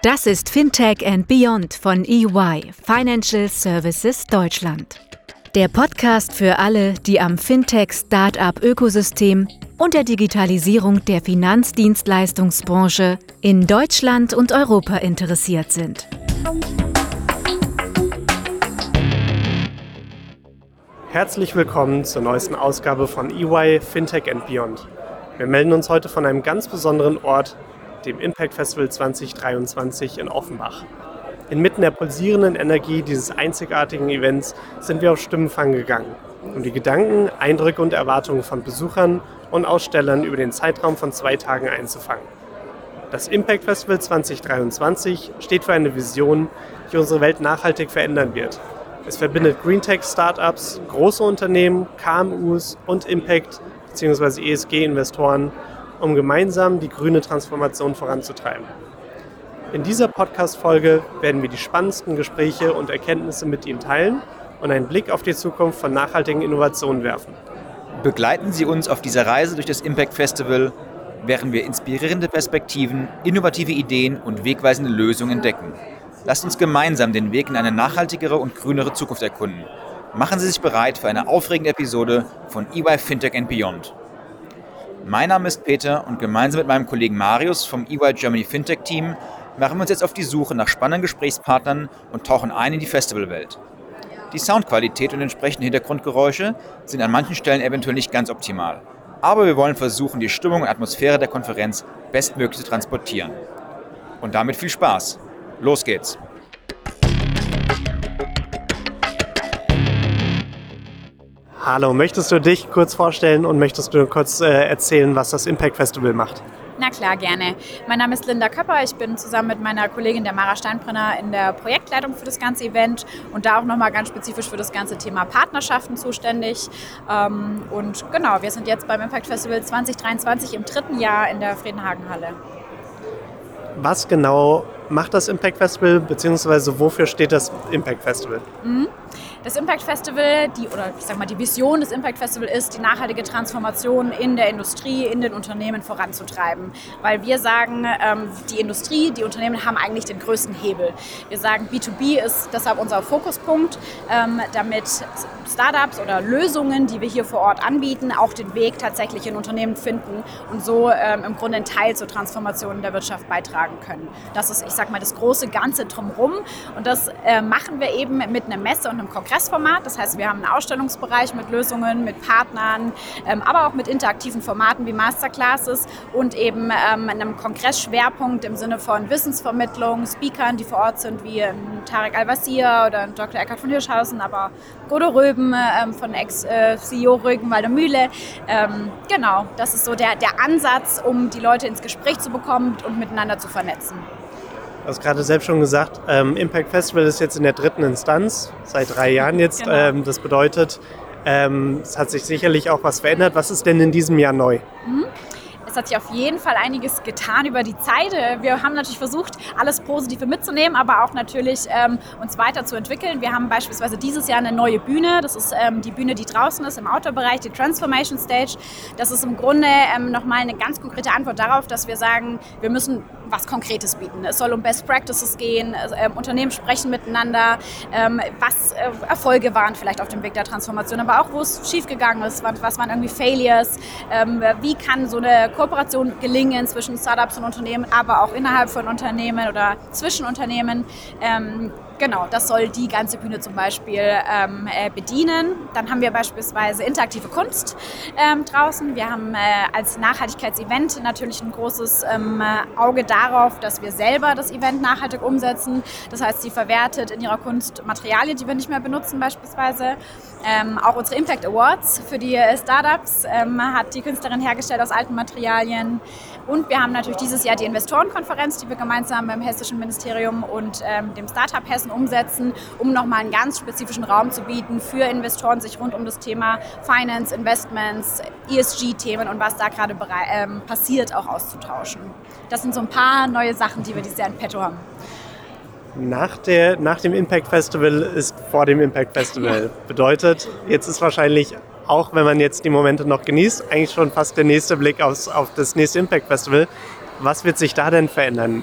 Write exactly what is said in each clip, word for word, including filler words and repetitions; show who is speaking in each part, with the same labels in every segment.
Speaker 1: Das ist Fintech and Beyond von E Y, Financial Services Deutschland. Der Podcast für alle, die am Fintech-Startup-Ökosystem und der Digitalisierung der Finanzdienstleistungsbranche in Deutschland und Europa interessiert sind.
Speaker 2: Herzlich willkommen zur neuesten Ausgabe von E Y Fintech and Beyond. Wir melden uns heute von einem ganz besonderen Ort, dem Impact Festival zwanzig dreiundzwanzig in Offenbach. Inmitten der pulsierenden Energie dieses einzigartigen Events sind wir auf Stimmenfang gegangen, um die Gedanken, Eindrücke und Erwartungen von Besuchern und Ausstellern über den Zeitraum von zwei Tagen einzufangen. Das Impact Festival zwanzig dreiundzwanzig steht für eine Vision, die unsere Welt nachhaltig verändern wird. Es verbindet Greentech-Startups, große Unternehmen, K M Us und Impact- bzw. E S G-Investoren, um gemeinsam die grüne Transformation voranzutreiben. In dieser Podcast-Folge werden wir die spannendsten Gespräche und Erkenntnisse mit Ihnen teilen und einen Blick auf die Zukunft von nachhaltigen Innovationen werfen.
Speaker 3: Begleiten Sie uns auf dieser Reise durch das Impact Festival, während wir inspirierende Perspektiven, innovative Ideen und wegweisende Lösungen entdecken. Lasst uns gemeinsam den Weg in eine nachhaltigere und grünere Zukunft erkunden. Machen Sie sich bereit für eine aufregende Episode von E Y Fintech and Beyond. Mein Name ist Peter und gemeinsam mit meinem Kollegen Marius vom E Y Germany Fintech Team machen wir uns jetzt auf die Suche nach spannenden Gesprächspartnern und tauchen ein in die Festivalwelt. Die Soundqualität und entsprechende Hintergrundgeräusche sind an manchen Stellen eventuell nicht ganz optimal, aber wir wollen versuchen, die Stimmung und Atmosphäre der Konferenz bestmöglich zu transportieren. Und damit viel Spaß. Los geht's!
Speaker 2: Hallo, möchtest du dich kurz vorstellen und möchtest du kurz äh, erzählen, was das Impact Festival macht?
Speaker 4: Na klar, gerne. Mein Name ist Linda Köpper. Ich bin zusammen mit meiner Kollegin, der Mara Steinbrenner, in der Projektleitung für das ganze Event und da auch nochmal ganz spezifisch für das ganze Thema Partnerschaften zuständig. Und genau, wir sind jetzt beim Impact Festival zwanzig dreiundzwanzig im dritten Jahr in der Friedenhagen-Halle.
Speaker 2: Was genau macht das Impact Festival, beziehungsweise wofür steht das Impact Festival?
Speaker 4: Mhm. Das Impact Festival, die, oder ich sag mal, die Vision des Impact Festival ist, die nachhaltige Transformation in der Industrie, in den Unternehmen voranzutreiben. Weil wir sagen, ähm, die Industrie, die Unternehmen haben eigentlich den größten Hebel. Wir sagen, B zwei B ist deshalb unser Fokuspunkt, ähm, damit Startups oder Lösungen, die wir hier vor Ort anbieten, auch den Weg tatsächlich in Unternehmen finden und so ähm, im Grunde einen Teil zur Transformation der Wirtschaft beitragen können. Das ist, ich sag mal, das große Ganze drumherum und das äh, machen wir eben mit einer Messe und einem Kongressformat. Das heißt, wir haben einen Ausstellungsbereich mit Lösungen, mit Partnern, ähm, aber auch mit interaktiven Formaten wie Masterclasses und eben ähm, einem Kongressschwerpunkt im Sinne von Wissensvermittlung, Speakern, die vor Ort sind, wie ähm, Tarek Al-Wazir oder Doktor Eckhard von Hirschhausen, aber Godo Röben ähm, von Ex-C E O Rügenwalder Mühle. Ähm, genau, das ist so der, der Ansatz, um die Leute ins Gespräch zu bekommen und miteinander zu vernetzen.
Speaker 2: Du hast gerade selbst schon gesagt, ähm, Impact Festival ist jetzt in der dritten Instanz, seit drei Jahren jetzt.
Speaker 4: Genau.
Speaker 2: Ähm, das bedeutet, ähm, es hat sich sicherlich auch was verändert. Was ist denn in diesem Jahr neu?
Speaker 4: Mhm. Es hat sich auf jeden Fall einiges getan über die Zeit. Wir haben natürlich versucht, alles Positive mitzunehmen, aber auch natürlich ähm, uns weiterzuentwickeln. Wir haben beispielsweise dieses Jahr eine neue Bühne. Das ist ähm, die Bühne, die draußen ist im Outdoor-Bereich, die Transformation Stage. Das ist im Grunde ähm, nochmal eine ganz konkrete Antwort darauf, dass wir sagen, wir müssen was Konkretes bieten. Es soll um Best Practices gehen, äh, Unternehmen sprechen miteinander, ähm, was äh, Erfolge waren vielleicht auf dem Weg der Transformation, aber auch wo es schiefgegangen ist, was, was waren irgendwie Failures, ähm, wie kann so eine Kooperation gelingen zwischen Startups und Unternehmen, aber auch innerhalb von Unternehmen oder zwischen Unternehmen. Ähm, Genau, das soll die ganze Bühne zum Beispiel ähm, äh, bedienen. Dann haben wir beispielsweise interaktive Kunst ähm, draußen. Wir haben äh, als Nachhaltigkeitsevent natürlich ein großes ähm, Auge darauf, dass wir selber das Event nachhaltig umsetzen. Das heißt, sie verwertet in ihrer Kunst Materialien, die wir nicht mehr benutzen beispielsweise. Ähm, auch unsere Impact Awards für die äh, Startups ähm, hat die Künstlerin hergestellt aus alten Materialien. Und wir haben natürlich dieses Jahr die Investorenkonferenz, die wir gemeinsam beim Hessischen Ministerium und ähm, dem Startup Hessen umsetzen, um nochmal einen ganz spezifischen Raum zu bieten für Investoren, sich rund um das Thema Finance, Investments, E S G-Themen und was da gerade berei- ähm, passiert, auch auszutauschen. Das sind so ein paar neue Sachen, die wir dieses Jahr in petto haben.
Speaker 2: Nach, der, nach dem Impact Festival ist vor dem Impact Festival. Ja. Bedeutet, jetzt ist wahrscheinlich, auch wenn man jetzt die Momente noch genießt, eigentlich schon fast der nächste Blick aufs, auf das nächste Impact Festival. Was wird sich da denn verändern?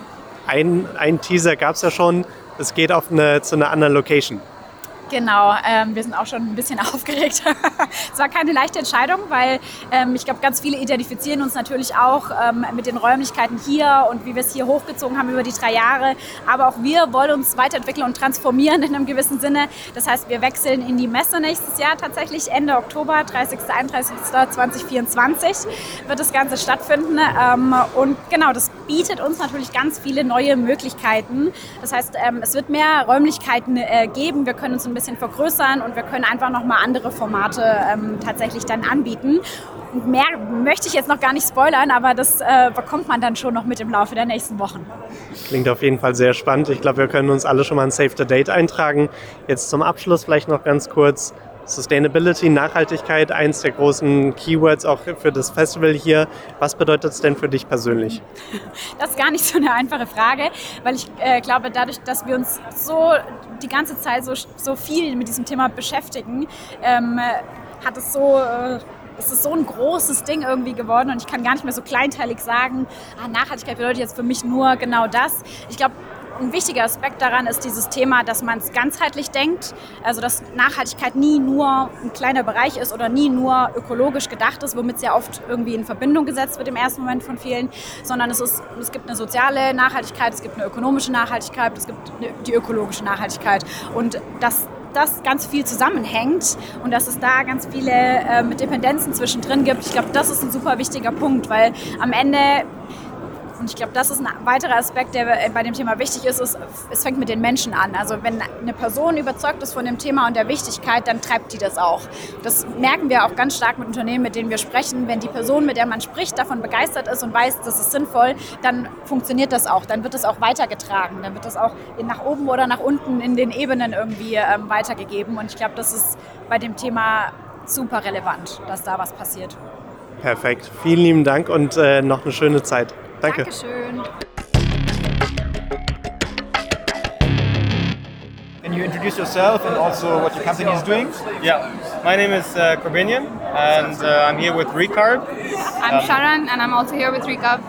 Speaker 2: ein, ein Teaser gab es ja schon, es geht auf eine, zu einer anderen Location.
Speaker 4: Genau, ähm, wir sind auch schon ein bisschen aufgeregt. Es war keine leichte Entscheidung, weil ähm, ich glaube, ganz viele identifizieren uns natürlich auch ähm, mit den Räumlichkeiten hier und wie wir es hier hochgezogen haben über die drei Jahre. Aber auch wir wollen uns weiterentwickeln und transformieren in einem gewissen Sinne. Das heißt, wir wechseln in die Messe nächstes Jahr, tatsächlich Ende Oktober, dreißigster einunddreißigster zweitausendvierundzwanzig wird das Ganze stattfinden. Ähm, und genau, das bietet uns natürlich ganz viele neue Möglichkeiten. Das heißt, ähm, es wird mehr Räumlichkeiten äh, geben. Wir können uns ein bisschen vergrößern und wir können einfach nochmal andere Formate ähm, tatsächlich dann anbieten. Und mehr möchte ich jetzt noch gar nicht spoilern, aber das äh, bekommt man dann schon noch mit im Laufe der nächsten Wochen.
Speaker 2: Klingt auf jeden Fall sehr spannend. Ich glaube, wir können uns alle schon mal ein Save the Date eintragen. Jetzt zum Abschluss vielleicht noch ganz kurz Sustainability, Nachhaltigkeit, eins der großen Keywords auch für das Festival hier. Was bedeutet es denn für dich persönlich?
Speaker 4: Das ist gar nicht so eine einfache Frage, weil ich äh, glaube, dadurch, dass wir uns so die ganze Zeit so, so viel mit diesem Thema beschäftigen, ähm, hat es so... Äh, Es ist so ein großes Ding irgendwie geworden und ich kann gar nicht mehr so kleinteilig sagen, ah, Nachhaltigkeit bedeutet jetzt für mich nur genau das. Ich glaube, ein wichtiger Aspekt daran ist dieses Thema, dass man es ganzheitlich denkt, also dass Nachhaltigkeit nie nur ein kleiner Bereich ist oder nie nur ökologisch gedacht ist, womit es ja oft irgendwie in Verbindung gesetzt wird im ersten Moment von vielen, sondern es, ist, es gibt eine soziale Nachhaltigkeit, es gibt eine ökonomische Nachhaltigkeit, es gibt eine, die ökologische Nachhaltigkeit und das das ganz viel zusammenhängt und dass es da ganz viele äh, Dependenzen zwischendrin gibt. Ich glaube, das ist ein super wichtiger Punkt, weil am Ende, und ich glaube, das ist ein weiterer Aspekt, der bei dem Thema wichtig ist, ist, es fängt mit den Menschen an. Also wenn eine Person überzeugt ist von dem Thema und der Wichtigkeit, dann treibt die das auch. Das merken wir auch ganz stark mit Unternehmen, mit denen wir sprechen. Wenn die Person, mit der man spricht, davon begeistert ist und weiß, das ist sinnvoll, dann funktioniert das auch. Dann wird das auch weitergetragen. Dann wird das auch nach oben oder nach unten in den Ebenen irgendwie ähm, weitergegeben. Und ich glaube, das ist bei dem Thema super relevant, dass da was passiert.
Speaker 2: Perfekt. Vielen lieben Dank und äh, noch eine schöne Zeit. Danke.
Speaker 4: Dankeschön.
Speaker 3: Can you introduce yourself and also what your company is doing?
Speaker 5: Yeah, my name is uh, Corbinian and uh, I'm here with Recarb.
Speaker 6: I'm um, Sharon and I'm also here with Recarb.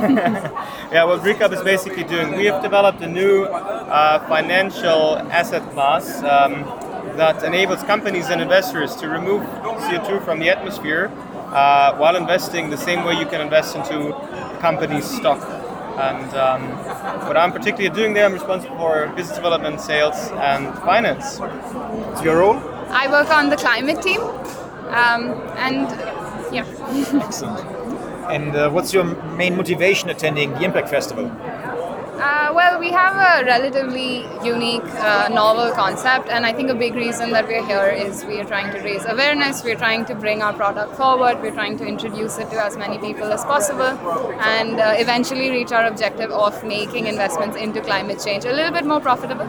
Speaker 5: Yeah, what Recarb is basically doing, we have developed a new uh, financial asset class um, that enables companies and investors to remove C O two from the atmosphere uh, while investing the same way you can invest into a company's stock. And um, what I'm particularly doing there, I'm responsible for business development, sales, and finance.
Speaker 3: What's your role?
Speaker 6: I work on the climate team, um, and yeah.
Speaker 3: Excellent. And uh, what's your main motivation attending the Impact Festival?
Speaker 6: Uh, well, we have a relatively unique, uh, novel concept, and I think a big reason that we're here is we are trying to raise awareness, we're trying to bring our product forward, we're trying to introduce it to as many people as possible, and uh, eventually reach our objective of making investments into climate change a little bit more profitable.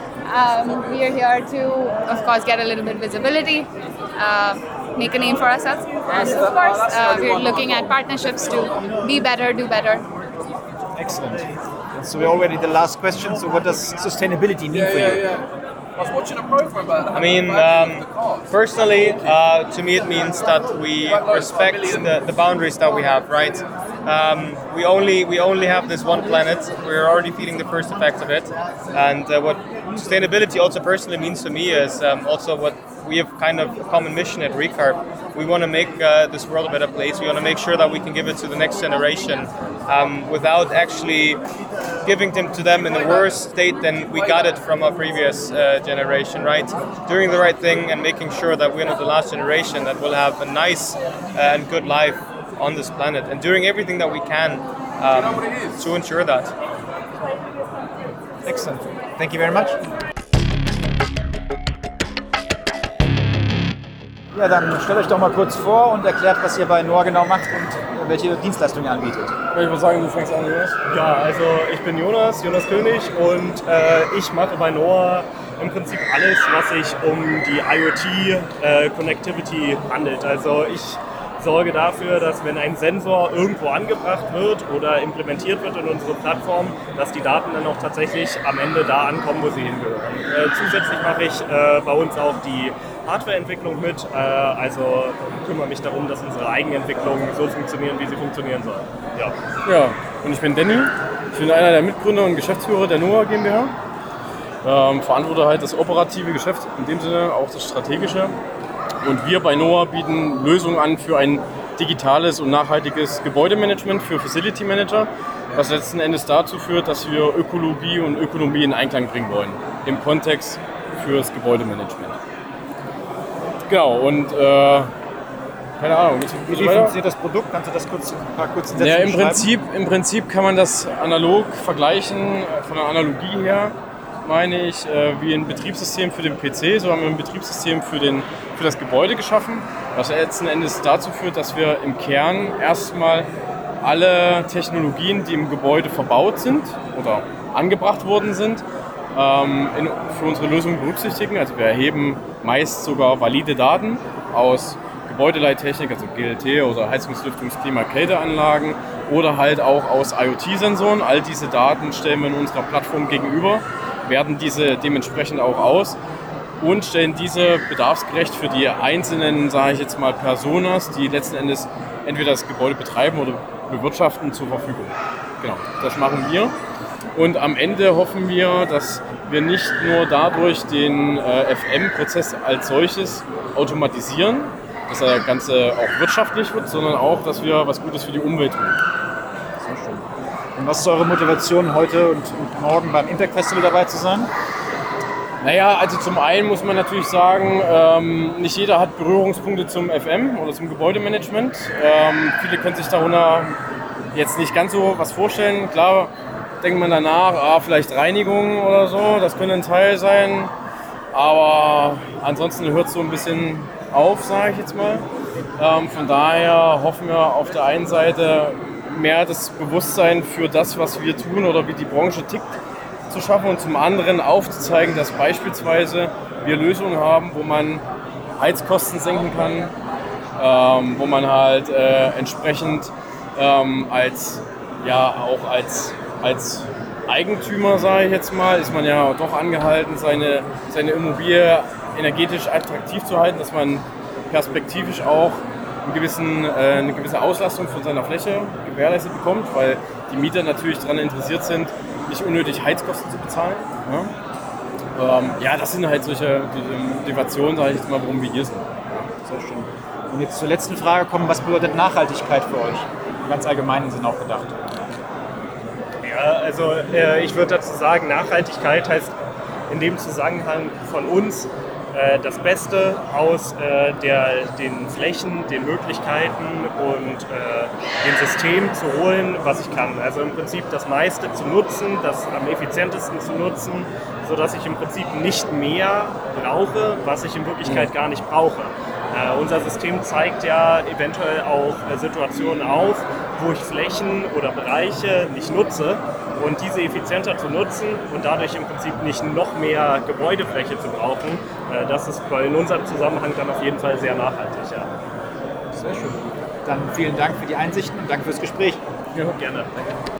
Speaker 6: Um, we are here to, of course, get a little bit visibility, uh, make a name for ourselves, and of course, uh, we're looking at partnerships to be better, do better.
Speaker 3: Excellent. So we're already the last question. So what does sustainability mean for you?
Speaker 7: I was watching a program about
Speaker 5: I mean, um, personally, uh, to me it means that we respect the, the boundaries that we have, right? Um, we only we only have this one planet. We're already feeling the first effects of it. And uh, what sustainability also personally means to me is um, also what we have kind of a common mission at Recarb. We want to make uh, this world a better place. We want to make sure that we can give it to the next generation um, without actually giving them to them in the worst state than we got it from our previous uh, generation, right? Doing the right thing and making sure that we're not the last generation that will have a nice uh, and good life on this planet, and doing everything that we can um, to ensure that.
Speaker 3: Excellent. Thank you very much. Ja, dann stellt euch doch mal kurz vor und erklärt, was ihr bei N O A genau macht und welche Dienstleistungen ihr anbietet.
Speaker 7: Ich würde sagen, du fängst an, Jonas.
Speaker 8: Ja, also ich bin Jonas, Jonas König, und äh, ich mache bei N O A im Prinzip alles, was sich um die IoT-Connectivity äh, handelt. Also ich sorge dafür, dass wenn ein Sensor irgendwo angebracht wird oder implementiert wird in unsere Plattform, dass die Daten dann auch tatsächlich am Ende da ankommen, wo sie hingehören. Äh, zusätzlich mache ich äh, bei uns auch die Hardwareentwicklung mit, äh, also kümmere mich darum, dass unsere Eigenentwicklungen so funktionieren, wie sie funktionieren sollen. Ja.
Speaker 7: Ja, und ich bin Danny. Ich bin einer der Mitgründer und Geschäftsführer der Noah GmbH. Ähm, verantworte halt das operative Geschäft, in dem Sinne auch das strategische. Und wir bei Noah bieten Lösungen an für ein digitales und nachhaltiges Gebäudemanagement für Facility Manager, was letzten Endes dazu führt, dass wir Ökologie und Ökonomie in Einklang bringen wollen, im Kontext fürs Gebäudemanagement. Genau, und äh, keine Ahnung.
Speaker 3: Wie, wie funktioniert das Produkt? Kannst du das kurz ein paar kurzen Sätze
Speaker 7: ja, im
Speaker 3: beschreiben?
Speaker 7: Prinzip, Im Prinzip kann man das analog vergleichen, von der Analogie her, meine ich, äh, wie ein Betriebssystem für den P C. So haben wir ein Betriebssystem für, den, für das Gebäude geschaffen, was letzten Endes dazu führt, dass wir im Kern erstmal alle Technologien, die im Gebäude verbaut sind oder angebracht worden sind, ähm, in, für unsere Lösung berücksichtigen. Also wir erheben meist sogar valide Daten aus Gebäudeleittechnik, also G L T oder Heizungs-, Lüftungs-, Klima-, Kälteanlagen oder halt auch aus IoT-Sensoren. All diese Daten stellen wir in unserer Plattform gegenüber, werten diese dementsprechend auch aus und stellen diese bedarfsgerecht für die einzelnen, sage ich jetzt mal, Personas, die letzten Endes entweder das Gebäude betreiben oder bewirtschaften, zur Verfügung. Genau, das machen wir. Und am Ende hoffen wir, dass wir nicht nur dadurch den äh, F M-Prozess als solches automatisieren, dass der Ganze auch wirtschaftlich wird, sondern auch, dass wir was Gutes für die Umwelt tun.
Speaker 3: Sehr schön. Und was ist eure Motivation, heute und, und morgen beim Impact Festival dabei zu sein?
Speaker 7: Naja, also zum einen muss man natürlich sagen, ähm, nicht jeder hat Berührungspunkte zum F M oder zum Gebäudemanagement. Ähm, viele können sich darunter jetzt nicht ganz so was vorstellen. Klar denkt man danach, ah, vielleicht Reinigung oder so, das könnte ein Teil sein. Aber ansonsten hört es so ein bisschen auf, sage ich jetzt mal. Ähm, von daher hoffen wir auf der einen Seite mehr das Bewusstsein für das, was wir tun oder wie die Branche tickt, zu schaffen und zum anderen aufzuzeigen, dass beispielsweise wir Lösungen haben, wo man Heizkosten senken kann, ähm, wo man halt äh, entsprechend ähm, als, ja, auch als, als Eigentümer, sage ich jetzt mal, ist man ja doch angehalten, seine, seine Immobilie energetisch attraktiv zu halten, dass man perspektivisch auch einen gewissen, äh, eine gewisse Auslastung von seiner Fläche gewährleistet bekommt, weil die Mieter natürlich daran interessiert sind, nicht unnötig Heizkosten zu bezahlen. Ja, ähm, ja das sind halt solche Motivationen, sage ich jetzt mal, warum wir hier sind.
Speaker 3: Sehr schön. Und jetzt zur letzten Frage kommen, was bedeutet Nachhaltigkeit für euch? Im ganz allgemeinen Sinn auch gedacht.
Speaker 8: Ja, also äh, ich würde dazu sagen, Nachhaltigkeit heißt in dem Zusammenhang von uns äh, das Beste aus äh, der, den Flächen, den Möglichkeiten und äh, dem System zu holen, was ich kann. Also im Prinzip das meiste zu nutzen, das am effizientesten zu nutzen, sodass ich im Prinzip nicht mehr brauche, was ich in Wirklichkeit gar nicht brauche. Uh, unser System zeigt ja eventuell auch uh, Situationen auf, wo ich Flächen oder Bereiche nicht nutze und diese effizienter zu nutzen und dadurch im Prinzip nicht noch mehr Gebäudefläche zu brauchen. Uh, das ist in unserem Zusammenhang dann auf jeden Fall sehr nachhaltig. Ja.
Speaker 3: Sehr schön. Dann vielen Dank für die Einsichten und danke fürs Gespräch.
Speaker 8: Ja, gerne. Danke.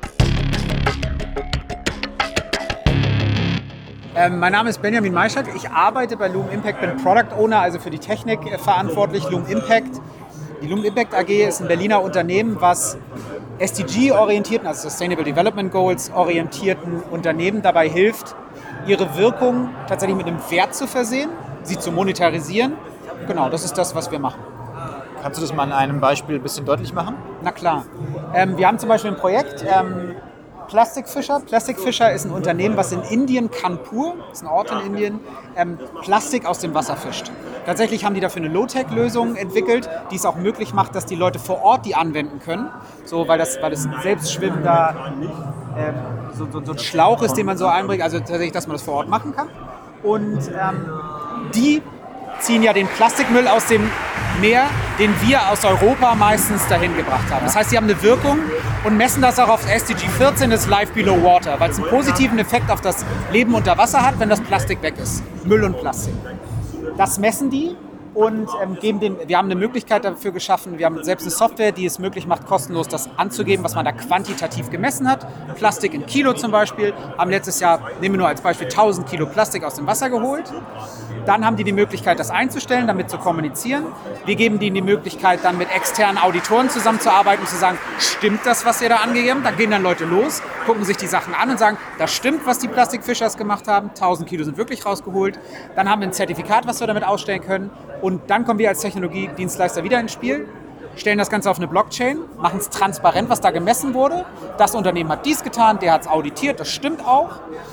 Speaker 9: Ähm, mein Name ist Benjamin Maischak, ich arbeite bei Lumen Impact, bin Product Owner, also für die Technik äh, verantwortlich, Lumen Impact. Die Lumen Impact A G ist ein Berliner Unternehmen, was S D G-orientierten, also Sustainable Development Goals orientierten Unternehmen dabei hilft, ihre Wirkung tatsächlich mit einem Wert zu versehen, sie zu monetarisieren. Genau, das ist das, was wir machen.
Speaker 3: Kannst du das mal an einem Beispiel ein bisschen deutlich machen?
Speaker 9: Na klar. Ähm, wir haben zum Beispiel ein Projekt, ähm, Plastic Fisher. Plastic Fisher ist ein Unternehmen, was in Indien, Kanpur, das ist ein Ort in Indien, ähm, Plastik aus dem Wasser fischt. Tatsächlich haben die dafür eine Low-Tech-Lösung entwickelt, die es auch möglich macht, dass die Leute vor Ort die anwenden können. So, weil das, weil das ein selbstschwimmender ähm, so, so, so ein Schlauch ist, den man so einbringt, also tatsächlich, dass man das vor Ort machen kann. Und ähm, die ziehen ja den Plastikmüll aus dem Meer, den wir aus Europa meistens dahin gebracht haben. Das heißt, sie haben eine Wirkung und messen das auch auf S D G vierzehn, das Life Below Water, weil es einen positiven Effekt auf das Leben unter Wasser hat, wenn das Plastik weg ist. Müll und Plastik. Das messen die und ähm, geben den, wir haben eine Möglichkeit dafür geschaffen, wir haben selbst eine Software, die es möglich macht, kostenlos das anzugeben, was man da quantitativ gemessen hat. Plastik in Kilo zum Beispiel, haben letztes Jahr, nehmen wir nur als Beispiel, tausend Kilo Plastik aus dem Wasser geholt. Dann haben die die Möglichkeit, das einzustellen, damit zu kommunizieren. Wir geben denen die Möglichkeit, dann mit externen Auditoren zusammenzuarbeiten und zu sagen, stimmt das, was ihr da angegeben habt? Da gehen dann Leute los, gucken sich die Sachen an und sagen, das stimmt, was die Plastikfischers gemacht haben. tausend Kilo sind wirklich rausgeholt. Dann haben wir ein Zertifikat, was wir damit ausstellen können. Und dann kommen wir als Technologiedienstleister wieder ins Spiel, stellen das Ganze auf eine Blockchain, machen es transparent, was da gemessen wurde. Das Unternehmen hat dies getan, der hat es auditiert, das stimmt auch.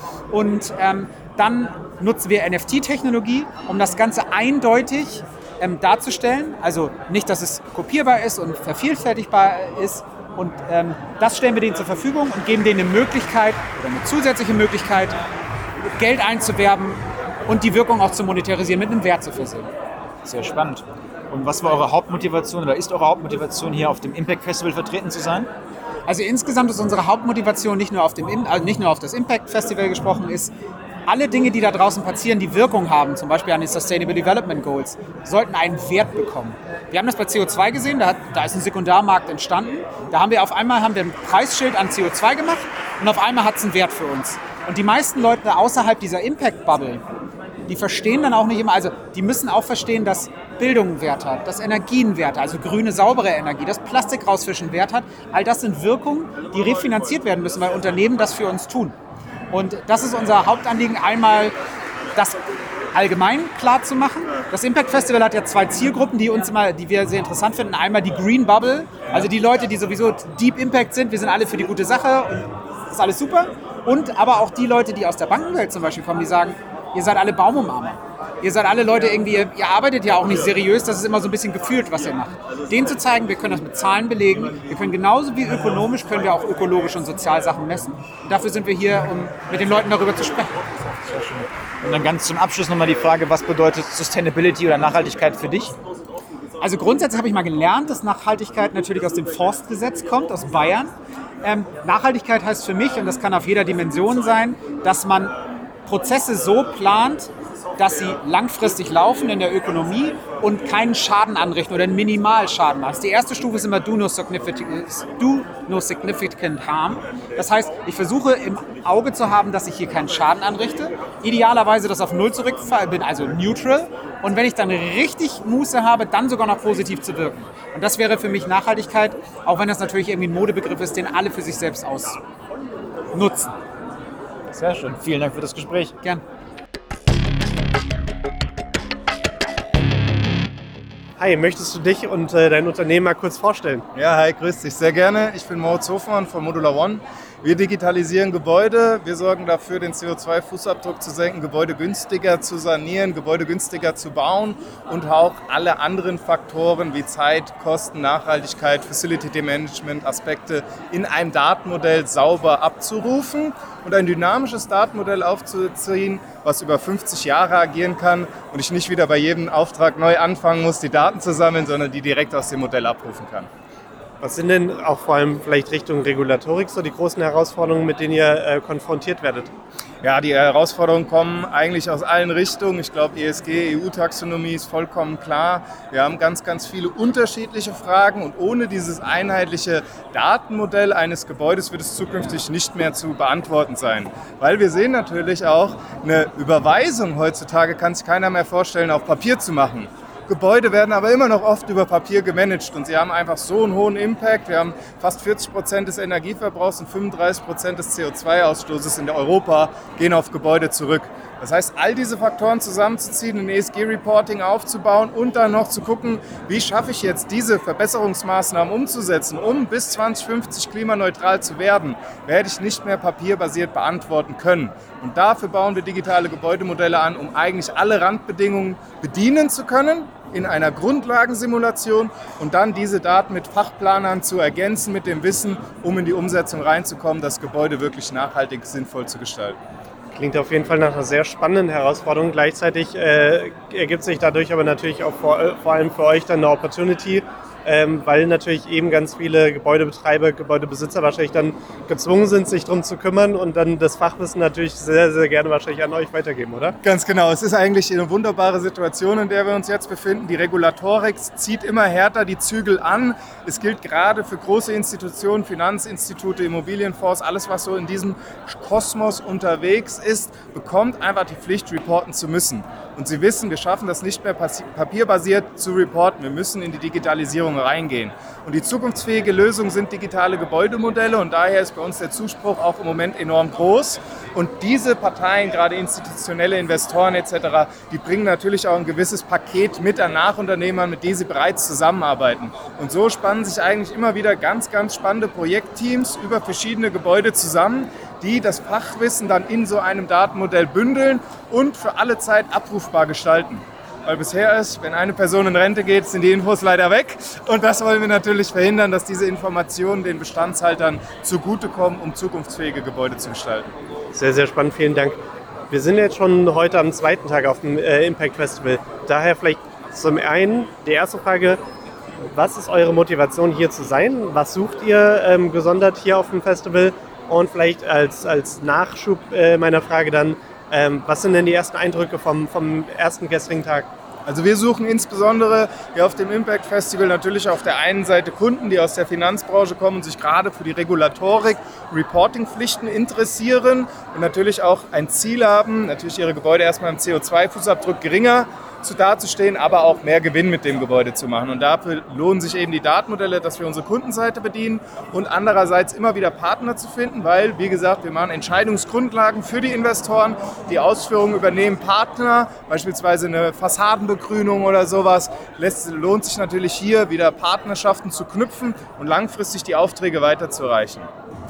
Speaker 9: Und ähm, dann nutzen wir N F T-Technologie, um das Ganze eindeutig ähm, darzustellen. Also nicht, dass es kopierbar ist und vervielfältigbar ist. Und ähm, das stellen wir denen zur Verfügung und geben denen eine Möglichkeit oder eine zusätzliche Möglichkeit, Geld einzuwerben und die Wirkung auch zu monetarisieren, mit einem Wert zu versehen.
Speaker 3: Sehr spannend. Und was war eure Hauptmotivation oder ist eure Hauptmotivation, hier auf dem Impact Festival vertreten zu sein?
Speaker 9: Also insgesamt ist unsere Hauptmotivation nicht nur auf, dem, also nicht nur auf das Impact Festival gesprochen, ist, alle Dinge, die da draußen passieren, die Wirkung haben, zum Beispiel an den Sustainable Development Goals, sollten einen Wert bekommen. Wir haben das bei C O zwei gesehen, da, hat, da ist ein Sekundarmarkt entstanden. Da haben wir auf einmal haben wir ein Preisschild an C O zwei gemacht und auf einmal hat es einen Wert für uns. Und die meisten Leute außerhalb dieser Impact-Bubble, die verstehen dann auch nicht immer, also die müssen auch verstehen, dass Bildung einen Wert hat, dass Energie einen Wert hat, also grüne, saubere Energie, dass Plastik rausfischen einen Wert hat. All das sind Wirkungen, die refinanziert werden müssen, weil Unternehmen das für uns tun. Und das ist unser Hauptanliegen, einmal das allgemein klar zu machen. Das Impact Festival hat ja zwei Zielgruppen, die uns immer, die wir sehr interessant finden. Einmal die Green Bubble, also die Leute, die sowieso Deep Impact sind. Wir sind alle für die gute Sache und das ist alles super. Und aber auch die Leute, die aus der Bankenwelt zum Beispiel kommen, die sagen, ihr seid alle Baumumarmer. Ihr seid alle Leute irgendwie, ihr arbeitet ja auch nicht seriös, das ist immer so ein bisschen gefühlt, was ihr macht. Denen zu zeigen, wir können das mit Zahlen belegen, wir können genauso wie ökonomisch, können wir auch ökologische und Sozialsachen messen. Und dafür sind wir hier, um mit den Leuten darüber zu sprechen.
Speaker 3: Sehr schön. Und dann ganz zum Abschluss nochmal die Frage, was bedeutet Sustainability oder Nachhaltigkeit für dich?
Speaker 9: Also grundsätzlich habe ich mal gelernt, dass Nachhaltigkeit natürlich aus dem Forstgesetz kommt, aus Bayern. Ähm, Nachhaltigkeit heißt für mich, und das kann auf jeder Dimension sein, dass man Prozesse so plant, dass sie langfristig laufen in der Ökonomie und keinen Schaden anrichten oder einen Minimalschaden machen. Die erste Stufe ist immer do no significant, do no significant harm. Das heißt, ich versuche im Auge zu haben, dass ich hier keinen Schaden anrichte. Idealerweise das auf Null zurückfallen bin, also neutral. Und wenn ich dann richtig Muße habe, dann sogar noch positiv zu wirken. Und das wäre für mich Nachhaltigkeit, auch wenn das natürlich irgendwie ein Modebegriff ist, den alle für sich selbst ausnutzen.
Speaker 3: Sehr schön. Vielen Dank für das Gespräch.
Speaker 9: Gern.
Speaker 2: Hi, möchtest du dich und äh, dein Unternehmen mal kurz vorstellen?
Speaker 10: Ja, hi, grüß dich. Sehr gerne. Ich bin Moritz Hofmann von Modular One. Wir digitalisieren Gebäude. Wir sorgen dafür, den C O zwei Fußabdruck zu senken, Gebäude günstiger zu sanieren, Gebäude günstiger zu bauen und auch alle anderen Faktoren wie Zeit, Kosten, Nachhaltigkeit, Facility Management Aspekte in einem Datenmodell sauber abzurufen und ein dynamisches Datenmodell aufzuziehen, was über fünfzig Jahre agieren kann und ich nicht wieder bei jedem Auftrag neu anfangen muss, die Daten zu sammeln, sondern die direkt aus dem Modell abrufen kann.
Speaker 2: Was sind denn auch vor allem vielleicht Richtung Regulatorik so die großen Herausforderungen, mit denen ihr äh, konfrontiert werdet?
Speaker 10: Ja, die Herausforderungen kommen eigentlich aus allen Richtungen. Ich glaube, E S G, E U-Taxonomie ist vollkommen klar. Wir haben ganz, ganz viele unterschiedliche Fragen und ohne dieses einheitliche Datenmodell eines Gebäudes wird es zukünftig nicht mehr zu beantworten sein. Weil wir sehen natürlich auch, eine Überweisung heutzutage kann sich keiner mehr vorstellen, auf Papier zu machen. Gebäude werden aber immer noch oft über Papier gemanagt und sie haben einfach so einen hohen Impact. Wir haben fast vierzig Prozent des Energieverbrauchs und fünfunddreißig Prozent des C O zwei Ausstoßes in Europa gehen auf Gebäude zurück. Das heißt, all diese Faktoren zusammenzuziehen, ein E S G-Reporting aufzubauen und dann noch zu gucken, wie schaffe ich jetzt diese Verbesserungsmaßnahmen umzusetzen, um bis zwanzig fünfzig klimaneutral zu werden, werde ich nicht mehr papierbasiert beantworten können. Und dafür bauen wir digitale Gebäudemodelle an, um eigentlich alle Randbedingungen bedienen zu können in einer Grundlagensimulation und dann diese Daten mit Fachplanern zu ergänzen mit dem Wissen, um in die Umsetzung reinzukommen, das Gebäude wirklich nachhaltig sinnvoll zu gestalten.
Speaker 2: Klingt auf jeden Fall nach einer sehr spannenden Herausforderung. Gleichzeitig äh, ergibt sich dadurch aber natürlich auch vor, äh, vor allem für euch dann eine Opportunity, ähm, weil natürlich eben ganz viele Gebäudebetreiber, Gebäudebesitzer wahrscheinlich dann gezwungen sind, sich darum zu kümmern und dann das Fachwissen natürlich sehr, sehr gerne wahrscheinlich an euch weitergeben, oder?
Speaker 10: Ganz genau. Es ist eigentlich eine wunderbare Situation, in der wir uns jetzt befinden. Die Regulatorik zieht immer härter die Zügel an. Es gilt gerade für große Institutionen, Finanzinstitute, Immobilienfonds, alles, was so in diesem Kosmos unterwegs ist, bekommt einfach die Pflicht, reporten zu müssen. Und Sie wissen, wir schaffen das nicht mehr papierbasiert zu reporten. Wir müssen in die Digitalisierung reingehen. Und die zukunftsfähige Lösung sind digitale Gebäudemodelle und daher ist bei uns der Zuspruch auch im Moment enorm groß. Und diese Parteien, gerade institutionelle Investoren et cetera, die bringen natürlich auch ein gewisses Paket mit an Nachunternehmern, mit denen sie bereits zusammenarbeiten. Und so spannen sich eigentlich immer wieder ganz, ganz spannende Projektteams über verschiedene Gebäude zusammen, die das Fachwissen dann in so einem Datenmodell bündeln und für alle Zeit abrufbar gestalten. Weil bisher ist, wenn eine Person in Rente geht, sind die Infos leider weg. Und das wollen wir natürlich verhindern, dass diese Informationen den Bestandshaltern zugutekommen, um zukunftsfähige Gebäude zu gestalten.
Speaker 2: Sehr, sehr spannend. Vielen Dank. Wir sind jetzt schon heute am zweiten Tag auf dem äh, Impact Festival. Daher vielleicht zum einen die erste Frage, was ist eure Motivation hier zu sein? Was sucht ihr ähm, gesondert hier auf dem Festival? Und vielleicht als, als Nachschub äh, meiner Frage dann, ähm, was sind denn die ersten Eindrücke vom, vom ersten gestrigen Tag?
Speaker 10: Also wir suchen insbesondere hier auf dem Impact Festival natürlich auf der einen Seite Kunden, die aus der Finanzbranche kommen und sich gerade für die Regulatorik, Reporting-Pflichten interessieren und natürlich auch ein Ziel haben, natürlich ihre Gebäude erstmal im C O zwei Fußabdruck geringer zu dazustehen, aber auch mehr Gewinn mit dem Gebäude zu machen. Und dafür lohnen sich eben die Datenmodelle, dass wir unsere Kundenseite bedienen und andererseits immer wieder Partner zu finden, weil, wie gesagt, wir machen Entscheidungsgrundlagen für die Investoren. Die Ausführungen übernehmen Partner, beispielsweise eine Fassadenbegrünung oder sowas. Es lohnt sich natürlich hier wieder Partnerschaften zu knüpfen und langfristig die Aufträge weiterzureichen.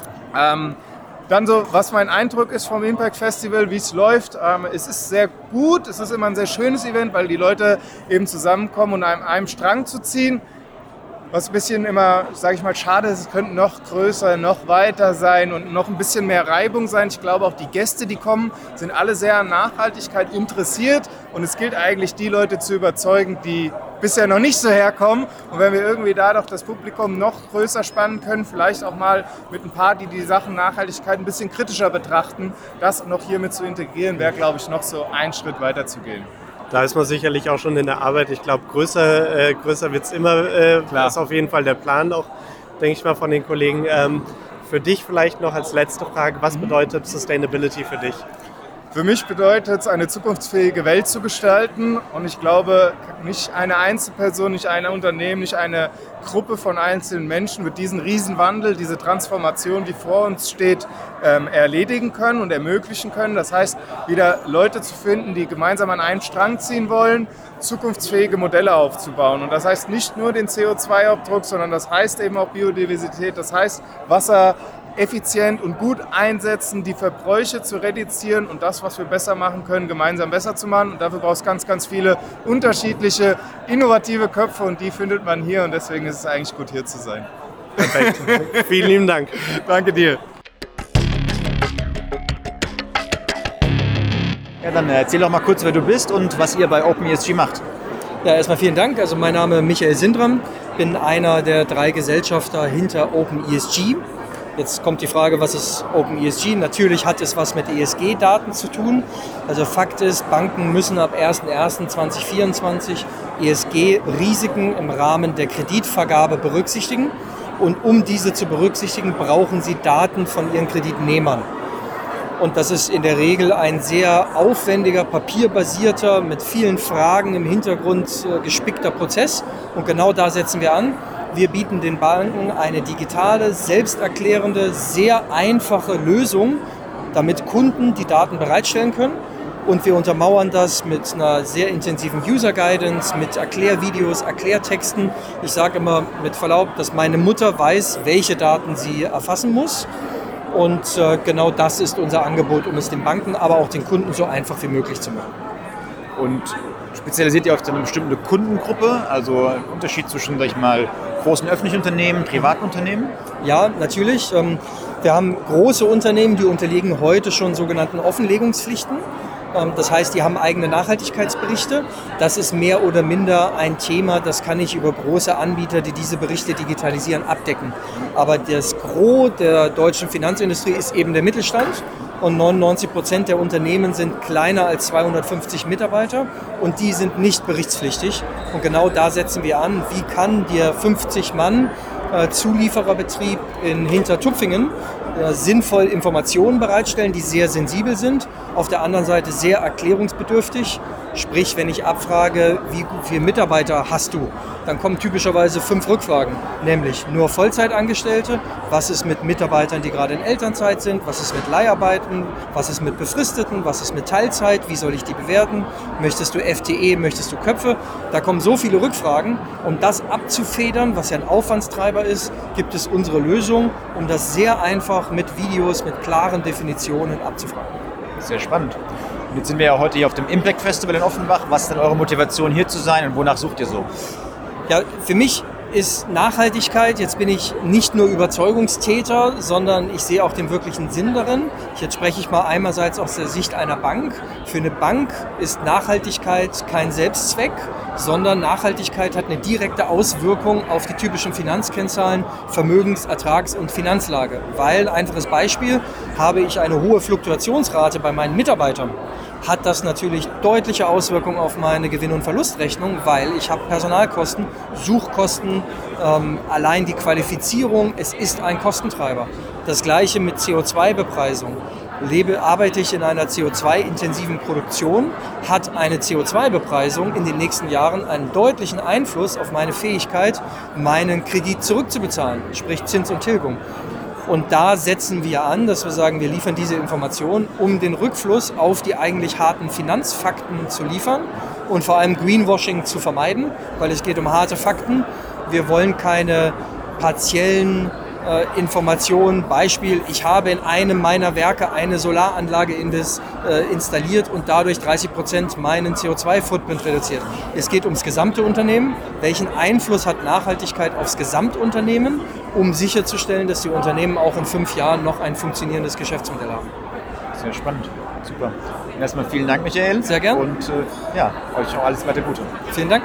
Speaker 10: Ähm, Dann so, was mein Eindruck ist vom Impact Festival, wie es läuft. Ähm, es ist sehr gut, es ist immer ein sehr schönes Event, weil die Leute eben zusammenkommen und an einem Strang zu ziehen. Was ein bisschen immer, sage ich mal, schade ist, es könnte noch größer, noch weiter sein und noch ein bisschen mehr Reibung sein. Ich glaube auch die Gäste, die kommen, sind alle sehr an Nachhaltigkeit interessiert und es gilt eigentlich, die Leute zu überzeugen, die bisher noch nicht so herkommen. Und wenn wir irgendwie dadurch das Publikum noch größer spannen können, vielleicht auch mal mit ein paar, die die Sachen Nachhaltigkeit ein bisschen kritischer betrachten, das noch hier mit zu integrieren, wäre, glaube ich, noch so ein Schritt weiter zu gehen.
Speaker 2: Da ist man sicherlich auch schon in der Arbeit. Ich glaube, größer, äh, größer wird es immer. Äh, das ist auf jeden Fall der Plan auch, denke ich mal, von den Kollegen. Ähm, für dich vielleicht noch als letzte Frage, was bedeutet Sustainability für dich?
Speaker 10: Für mich bedeutet es, eine zukunftsfähige Welt zu gestalten und ich glaube, nicht eine Einzelperson, nicht ein Unternehmen, nicht eine Gruppe von einzelnen Menschen wird diesen Riesenwandel, diese Transformation, die vor uns steht, ähm, erledigen können und ermöglichen können. Das heißt, wieder Leute zu finden, die gemeinsam an einen Strang ziehen wollen, zukunftsfähige Modelle aufzubauen. Und das heißt nicht nur den C O zwei Abdruck, sondern das heißt eben auch Biodiversität, das heißt Wasser effizient und gut einsetzen, die Verbräuche zu reduzieren und das, was wir besser machen können, gemeinsam besser zu machen. Und dafür braucht es ganz, ganz viele unterschiedliche, innovative Köpfe und die findet man hier und deswegen ist es eigentlich gut, hier zu sein.
Speaker 2: Perfekt. Vielen lieben Dank.
Speaker 10: Danke dir.
Speaker 3: Ja, dann erzähl doch mal kurz, wer du bist und was ihr bei Open E S G macht.
Speaker 11: Ja, erstmal vielen Dank. Also mein Name ist Michael Sindram, bin einer der drei Gesellschafter hinter Open E S G. Jetzt kommt die Frage, was ist Open E S G? Natürlich hat es was mit E S G-Daten zu tun. Also Fakt ist, Banken müssen ab erster erster zweitausendvierundzwanzig E S G-Risiken im Rahmen der Kreditvergabe berücksichtigen. Und um diese zu berücksichtigen, brauchen sie Daten von ihren Kreditnehmern. Und das ist in der Regel ein sehr aufwendiger, papierbasierter, mit vielen Fragen im Hintergrund äh, gespickter Prozess. Und genau da setzen wir an. Wir bieten den Banken eine digitale, selbsterklärende, sehr einfache Lösung, damit Kunden die Daten bereitstellen können. Und wir untermauern das mit einer sehr intensiven User Guidance, mit Erklärvideos, Erklärtexten. Ich sage immer mit Verlaub, dass meine Mutter weiß, welche Daten sie erfassen muss. Und äh, genau das ist unser Angebot, um es den Banken, aber auch den Kunden so einfach wie möglich zu machen.
Speaker 3: Und spezialisiert ihr auf eine bestimmte Kundengruppe? Also ein Unterschied zwischen, sag ich mal, großen öffentlichen Unternehmen, privaten Unternehmen?
Speaker 11: Ja, natürlich. Wir haben große Unternehmen, die unterliegen heute schon sogenannten Offenlegungspflichten. Das heißt, die haben eigene Nachhaltigkeitsberichte. Das ist mehr oder minder ein Thema, das kann ich über große Anbieter, die diese Berichte digitalisieren, abdecken. Aber das Gros der deutschen Finanzindustrie ist eben der Mittelstand. Und neunundneunzig Prozent der Unternehmen sind kleiner als zweihundertfünfzig Mitarbeiter und die sind nicht berichtspflichtig. Und genau da setzen wir an, wie kann der fünfzig Mann äh, Zuliefererbetrieb in Hintertupfingen äh, sinnvoll Informationen bereitstellen, die sehr sensibel sind, auf der anderen Seite sehr erklärungsbedürftig. Sprich, wenn ich abfrage, wie viele Mitarbeiter hast du, dann kommen typischerweise fünf Rückfragen, nämlich nur Vollzeitangestellte, was ist mit Mitarbeitern, die gerade in Elternzeit sind, was ist mit Leiharbeiten, was ist mit Befristeten, was ist mit Teilzeit, wie soll ich die bewerten, möchtest du F T E, möchtest du Köpfe, da kommen so viele Rückfragen. Um das abzufedern, was ja ein Aufwandstreiber ist, gibt es unsere Lösung, um das sehr einfach mit Videos, mit klaren Definitionen abzufragen.
Speaker 3: Sehr spannend. Und jetzt sind wir ja heute hier auf dem Impact Festival in Offenbach. Was ist denn eure Motivation, hier zu sein und wonach sucht ihr so?
Speaker 11: Ja, für mich ist Nachhaltigkeit, jetzt bin ich nicht nur Überzeugungstäter, sondern ich sehe auch den wirklichen Sinn darin. Jetzt spreche ich mal einerseits aus der Sicht einer Bank. Für eine Bank ist Nachhaltigkeit kein Selbstzweck, sondern Nachhaltigkeit hat eine direkte Auswirkung auf die typischen Finanzkennzahlen, Vermögens-, Ertrags- und Finanzlage. Weil, einfaches Beispiel, habe ich eine hohe Fluktuationsrate bei meinen Mitarbeitern, hat das natürlich deutliche Auswirkungen auf meine Gewinn- und Verlustrechnung, weil ich habe Personalkosten, Suchkosten, ähm, allein die Qualifizierung, es ist ein Kostentreiber. Das gleiche mit C O zwei Bepreisung. Lebe, arbeite ich in einer C O zwei intensiven Produktion, hat eine C O zwei Bepreisung in den nächsten Jahren einen deutlichen Einfluss auf meine Fähigkeit, meinen Kredit zurückzubezahlen, sprich Zins und Tilgung. Und da setzen wir an, dass wir sagen, wir liefern diese Informationen, um den Rückfluss auf die eigentlich harten Finanzfakten zu liefern und vor allem Greenwashing zu vermeiden, weil es geht um harte Fakten. Wir wollen keine partiellen äh, Informationen. Beispiel, ich habe in einem meiner Werke eine Solaranlage indes, äh, installiert und dadurch dreißig Prozent meinen C O zwei Footprint reduziert. Es geht ums gesamte Unternehmen. Welchen Einfluss hat Nachhaltigkeit aufs Gesamtunternehmen, um sicherzustellen, dass die Unternehmen auch in fünf Jahren noch ein funktionierendes Geschäftsmodell haben?
Speaker 3: Sehr spannend. Super. Und erstmal vielen Dank, Michael.
Speaker 11: Sehr gern.
Speaker 3: Und äh, ja, euch auch alles weiter Gute.
Speaker 11: Vielen Dank.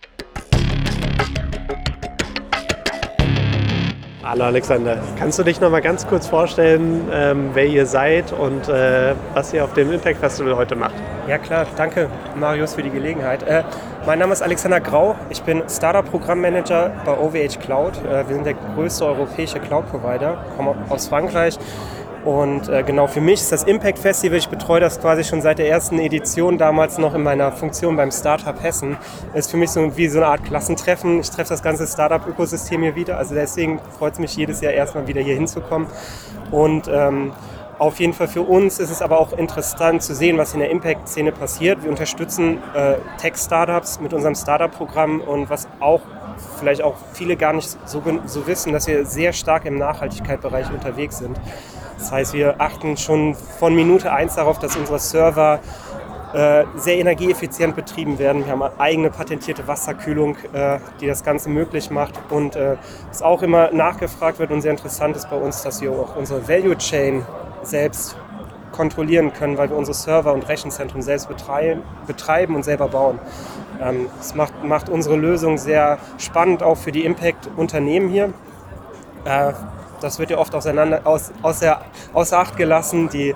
Speaker 2: Hallo Alexander, kannst du dich noch mal ganz kurz vorstellen, ähm, wer ihr seid und äh, was ihr auf dem Impact Festival heute macht?
Speaker 12: Ja klar, danke Marius für die Gelegenheit. Äh, mein Name ist Alexander Grau, ich bin Startup-Programmmanager bei O V H Cloud. Äh, wir sind der größte europäische Cloud-Provider, komme aus Frankreich. Und äh, genau, für mich ist das Impact Festival, ich betreue das quasi schon seit der ersten Edition, damals noch in meiner Funktion beim Startup Hessen, ist für mich so wie so eine Art Klassentreffen. Ich treffe das ganze Startup-Ökosystem hier wieder, also deswegen freut es mich jedes Jahr erstmal wieder hier hinzukommen. Und ähm, auf jeden Fall für uns ist es aber auch interessant zu sehen, was in der Impact-Szene passiert. Wir unterstützen äh, Tech-Startups mit unserem Startup-Programm und was auch vielleicht auch viele gar nicht so, so wissen, dass wir sehr stark im Nachhaltigkeitsbereich unterwegs sind. Das heißt, wir achten schon von Minute eins darauf, dass unsere Server äh, sehr energieeffizient betrieben werden. Wir haben eine eigene patentierte Wasserkühlung, äh, die das Ganze möglich macht. Und äh, was auch immer nachgefragt wird und sehr interessant ist bei uns, dass wir auch unsere Value Chain selbst kontrollieren können, weil wir unsere Server und Rechenzentren selbst betreiben, betreiben und selber bauen. Ähm, das macht, macht unsere Lösung sehr spannend, auch für die Impact-Unternehmen hier. Äh, Das wird ja oft auseinander, aus, aus der, außer Acht gelassen, die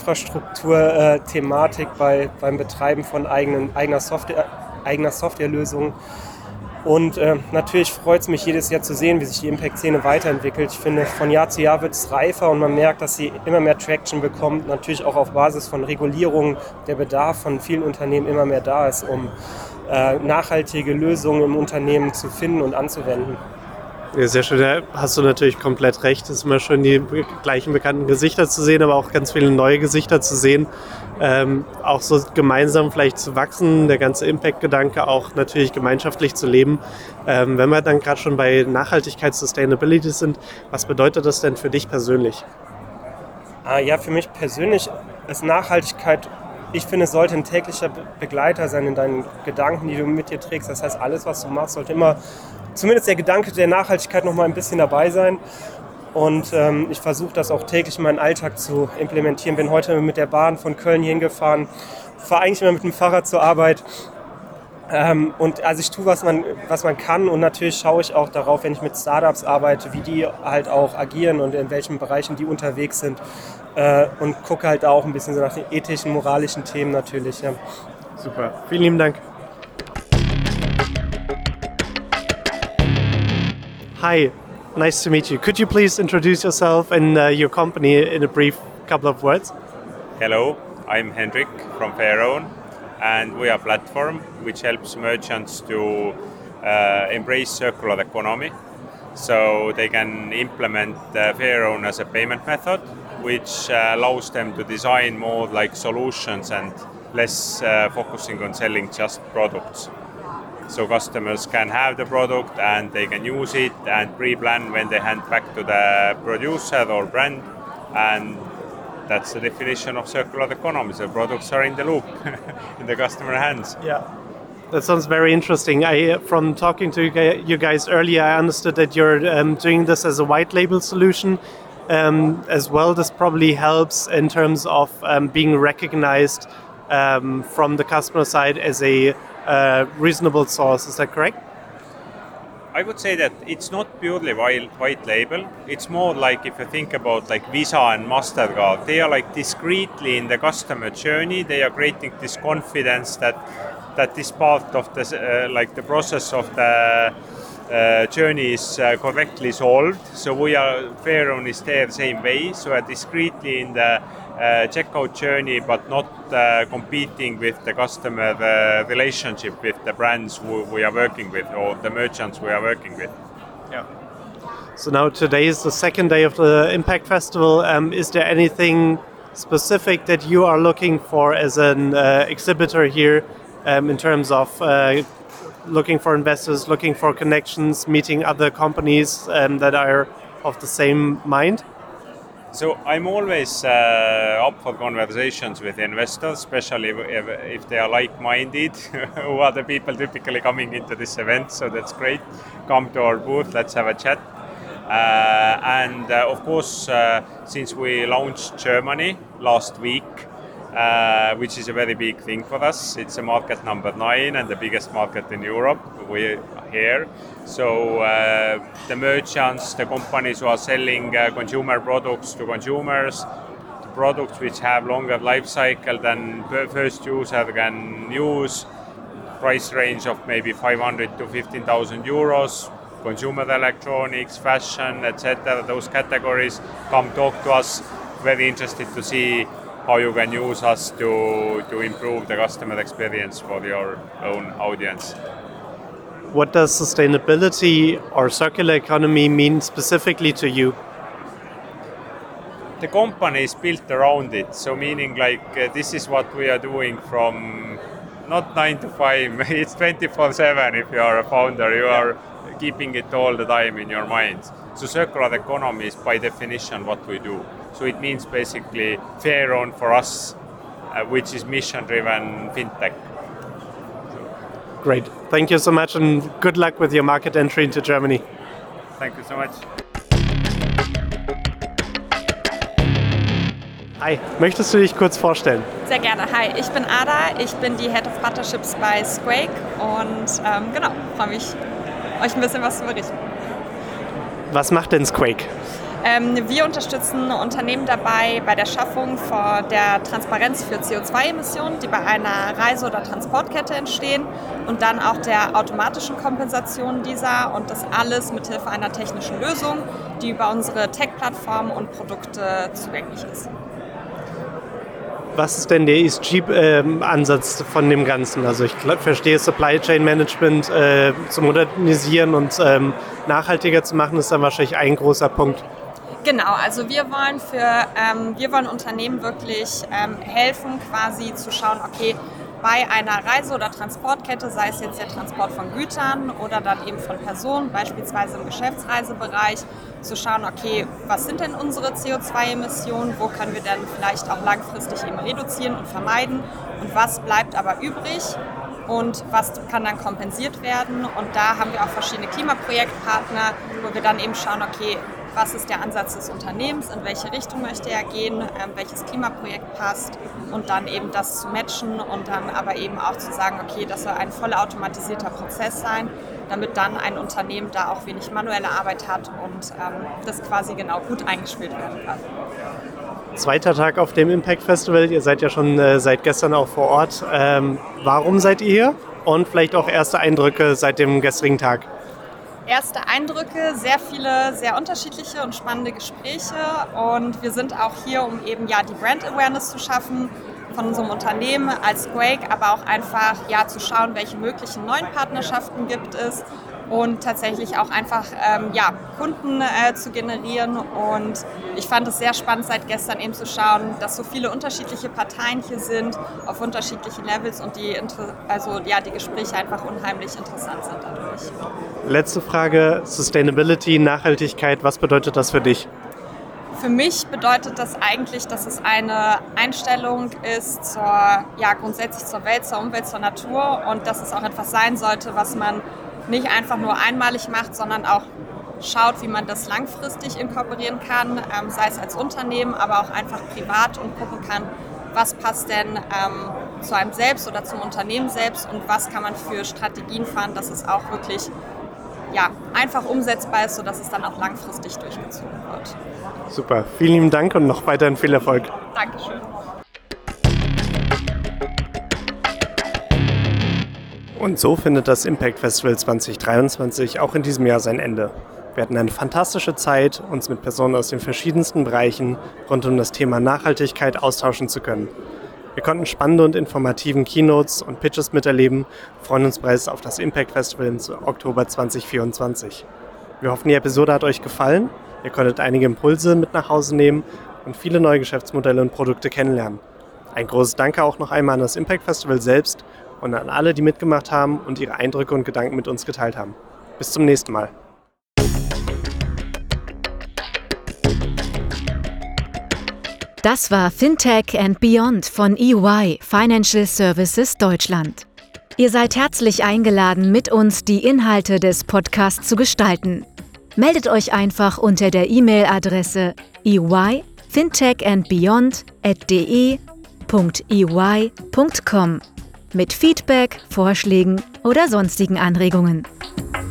Speaker 12: Infrastruktur-Thematik bei, beim Betreiben von eigenen, eigener, Software, eigener Softwarelösungen. Und äh, natürlich freut es mich jedes Jahr zu sehen, wie sich die Impact-Szene weiterentwickelt. Ich finde, von Jahr zu Jahr wird es reifer und man merkt, dass sie immer mehr Traction bekommt. Natürlich auch auf Basis von Regulierung der Bedarf von vielen Unternehmen immer mehr da ist, um äh, nachhaltige Lösungen im Unternehmen zu finden und anzuwenden.
Speaker 2: Ja, sehr schön, da hast du natürlich komplett recht. Es ist immer schön, die gleichen bekannten Gesichter zu sehen, aber auch ganz viele neue Gesichter zu sehen. Ähm, auch so gemeinsam vielleicht zu wachsen, der ganze Impact-Gedanke auch natürlich gemeinschaftlich zu leben. Ähm, wenn wir dann gerade schon bei Nachhaltigkeit, Sustainability sind, was bedeutet das denn für dich persönlich?
Speaker 12: Ah, ja, für mich persönlich ist Nachhaltigkeit, ich finde, es sollte ein täglicher Begleiter sein in deinen Gedanken, die du mit dir trägst. Das heißt, alles, was du machst, sollte immer zumindest der Gedanke der Nachhaltigkeit noch mal ein bisschen dabei sein. Und ähm, ich versuche das auch täglich in meinen Alltag zu implementieren. Bin heute mit der Bahn von Köln hier hingefahren fahre eigentlich immer mit dem Fahrrad zur Arbeit. Ähm, und also ich tue, was man, was man kann, und natürlich schaue ich auch darauf, wenn ich mit Startups arbeite, wie die halt auch agieren und in welchen Bereichen die unterwegs sind, äh, und gucke halt auch ein bisschen so nach den ethischen, moralischen Themen natürlich. Ja.
Speaker 2: Super, vielen lieben Dank. Hi, nice to meet you. Could you please introduce yourself and uh, your company in a brief couple of words?
Speaker 13: Hello, I'm Henrik from Fairone. And we are a platform which helps merchants to uh, embrace circular economy. So they can implement uh, Fairone as a payment method, which uh, allows them to design more like solutions and less uh, focusing on selling just products. So customers can have the product and they can use it and pre-plan when they hand back to the producer or brand, and that's the definition of circular economy. The products are in the loop, in the customer hands.
Speaker 2: Yeah, that sounds very interesting. I, from talking to you guys earlier, I understood that you're um, doing this as a white label solution um, as well. This probably helps in terms of um, being recognized um, from the customer side as a uh, reasonable source. Is that correct?
Speaker 13: I would say that it's not purely white label. It's more like if you think about like Visa and MasterCard, they are like discreetly in the customer journey. They are creating this confidence that that this part of the uh, like the process of the uh, journey is uh, correctly solved. So we are Fairone is there the same way. So are discreetly in the uh, checkout journey, but not uh, competing with the customer the relationship with the brands who we are working with or the merchants we are working with.
Speaker 2: Yeah. So now today is the second day of the Impact Festival. Um, is there anything specific that you are looking for as an uh, exhibitor here um, in terms of uh, looking for investors, looking for connections, meeting other companies um, that are of the same mind?
Speaker 13: So I'm always uh, up for conversations with investors, especially if, if they are like-minded, who are the people typically coming into this event. So that's great. Come to our booth, let's have a chat. Uh, and uh, of course, uh, since we launched Germany last week, uh, which is a very big thing for us, it's a market number nine and the biggest market in Europe. We're here. So uh, the merchants, the companies who are selling uh, consumer products to consumers, the products which have longer life cycle than first user can use, price range of maybe five hundred to fifteen thousand euros, consumer electronics, fashion, et cetera. Those categories come talk to us. Very interested to see how you can use us to, to improve the customer experience for your own audience.
Speaker 2: What does sustainability or circular economy mean specifically to you?
Speaker 13: The company is built around it, so meaning like uh, this is what we are doing from not nine to five, it's twenty-four seven if you are a founder, you are keeping it all the time in your mind. So circular economy is by definition what we do. So it means basically Fairone for us, uh, which is mission-driven fintech.
Speaker 2: Great. Thank you so much and good luck with your market entry into Germany.
Speaker 13: Thank you so much.
Speaker 2: Hi, möchtest du dich kurz vorstellen?
Speaker 14: Sehr gerne. Hi, ich bin Ada, ich bin die Head of Partnerships bei Squake und ähm, genau, freue mich, euch ein bisschen was zu berichten.
Speaker 2: Was macht denn Squake?
Speaker 14: Ähm, wir unterstützen Unternehmen dabei bei der Schaffung von der Transparenz für C O zwei Emissionen, die bei einer Reise- oder Transportkette entstehen, und dann auch der automatischen Kompensation dieser, und das alles mithilfe einer technischen Lösung, die über unsere Tech-Plattform und Produkte zugänglich ist.
Speaker 2: Was ist denn der E S G-Ansatz von dem Ganzen? Also ich verstehe, Supply Chain Management äh, zu modernisieren und ähm, nachhaltiger zu machen, ist dann wahrscheinlich ein großer Punkt.
Speaker 14: Genau, also wir wollen für ähm, wir wollen Unternehmen wirklich ähm, helfen, quasi zu schauen, okay, bei einer Reise- oder Transportkette, sei es jetzt der Transport von Gütern oder dann eben von Personen, beispielsweise im Geschäftsreisebereich, zu schauen, okay, was sind denn unsere C O zwei Emissionen, wo können wir denn vielleicht auch langfristig eben reduzieren und vermeiden und was bleibt aber übrig und was kann dann kompensiert werden. Und da haben wir auch verschiedene Klimaprojektpartner, wo wir dann eben schauen, okay, was ist der Ansatz des Unternehmens, in welche Richtung möchte er gehen, ähm, welches Klimaprojekt passt und dann eben das zu matchen und dann aber eben auch zu sagen, okay, das soll ein voll automatisierter Prozess sein, damit dann ein Unternehmen da auch wenig manuelle Arbeit hat und ähm, das quasi genau gut eingespielt werden kann.
Speaker 2: Zweiter Tag auf dem Impact Festival. Ihr seid ja schon äh, seit gestern auch vor Ort. Ähm, warum seid ihr hier? Und vielleicht auch erste Eindrücke seit dem gestrigen Tag.
Speaker 14: Erste Eindrücke, sehr viele, sehr unterschiedliche und spannende Gespräche. Und wir sind auch hier, um eben ja die Brand Awareness zu schaffen von unserem Unternehmen als Quake, aber auch einfach ja zu schauen, welche möglichen neuen Partnerschaften gibt es. Und tatsächlich auch einfach ähm, ja, Kunden äh, zu generieren. Und ich fand es sehr spannend, seit gestern eben zu schauen, dass so viele unterschiedliche Parteien hier sind, auf unterschiedlichen Levels und die, also, ja, die Gespräche einfach unheimlich interessant sind dadurch.
Speaker 2: Letzte Frage, Sustainability, Nachhaltigkeit, was bedeutet das für dich?
Speaker 14: Für mich bedeutet das eigentlich, dass es eine Einstellung ist zur, ja, grundsätzlich zur Welt, zur Umwelt, zur Natur und dass es auch etwas sein sollte, was man nicht einfach nur einmalig macht, sondern auch schaut, wie man das langfristig inkorporieren kann, ähm, sei es als Unternehmen, aber auch einfach privat und gucken kann, was passt denn ähm, zu einem selbst oder zum Unternehmen selbst und was kann man für Strategien fahren, dass es auch wirklich ja, einfach umsetzbar ist, sodass es dann auch langfristig durchgezogen wird.
Speaker 2: Super, vielen lieben Dank und noch weiterhin viel Erfolg.
Speaker 14: Dankeschön.
Speaker 2: Und so findet das Impact Festival zwanzig dreiundzwanzig auch in diesem Jahr sein Ende. Wir hatten eine fantastische Zeit, uns mit Personen aus den verschiedensten Bereichen rund um das Thema Nachhaltigkeit austauschen zu können. Wir konnten spannende und informativen Keynotes und Pitches miterleben, freuen uns bereits auf das Impact Festival im Oktober zwanzig vierundzwanzig. Wir hoffen, die Episode hat euch gefallen, ihr konntet einige Impulse mit nach Hause nehmen und viele neue Geschäftsmodelle und Produkte kennenlernen. Ein großes Danke auch noch einmal an das Impact Festival selbst und an alle, die mitgemacht haben und ihre Eindrücke und Gedanken mit uns geteilt haben. Bis zum nächsten Mal.
Speaker 1: Das war Fintech and Beyond von E Y Financial Services Deutschland. Ihr seid herzlich eingeladen, mit uns die Inhalte des Podcasts zu gestalten. Meldet euch einfach unter der E-Mail-Adresse e y fintech and beyond at d e punkt e y punkt com mit Feedback, Vorschlägen oder sonstigen Anregungen.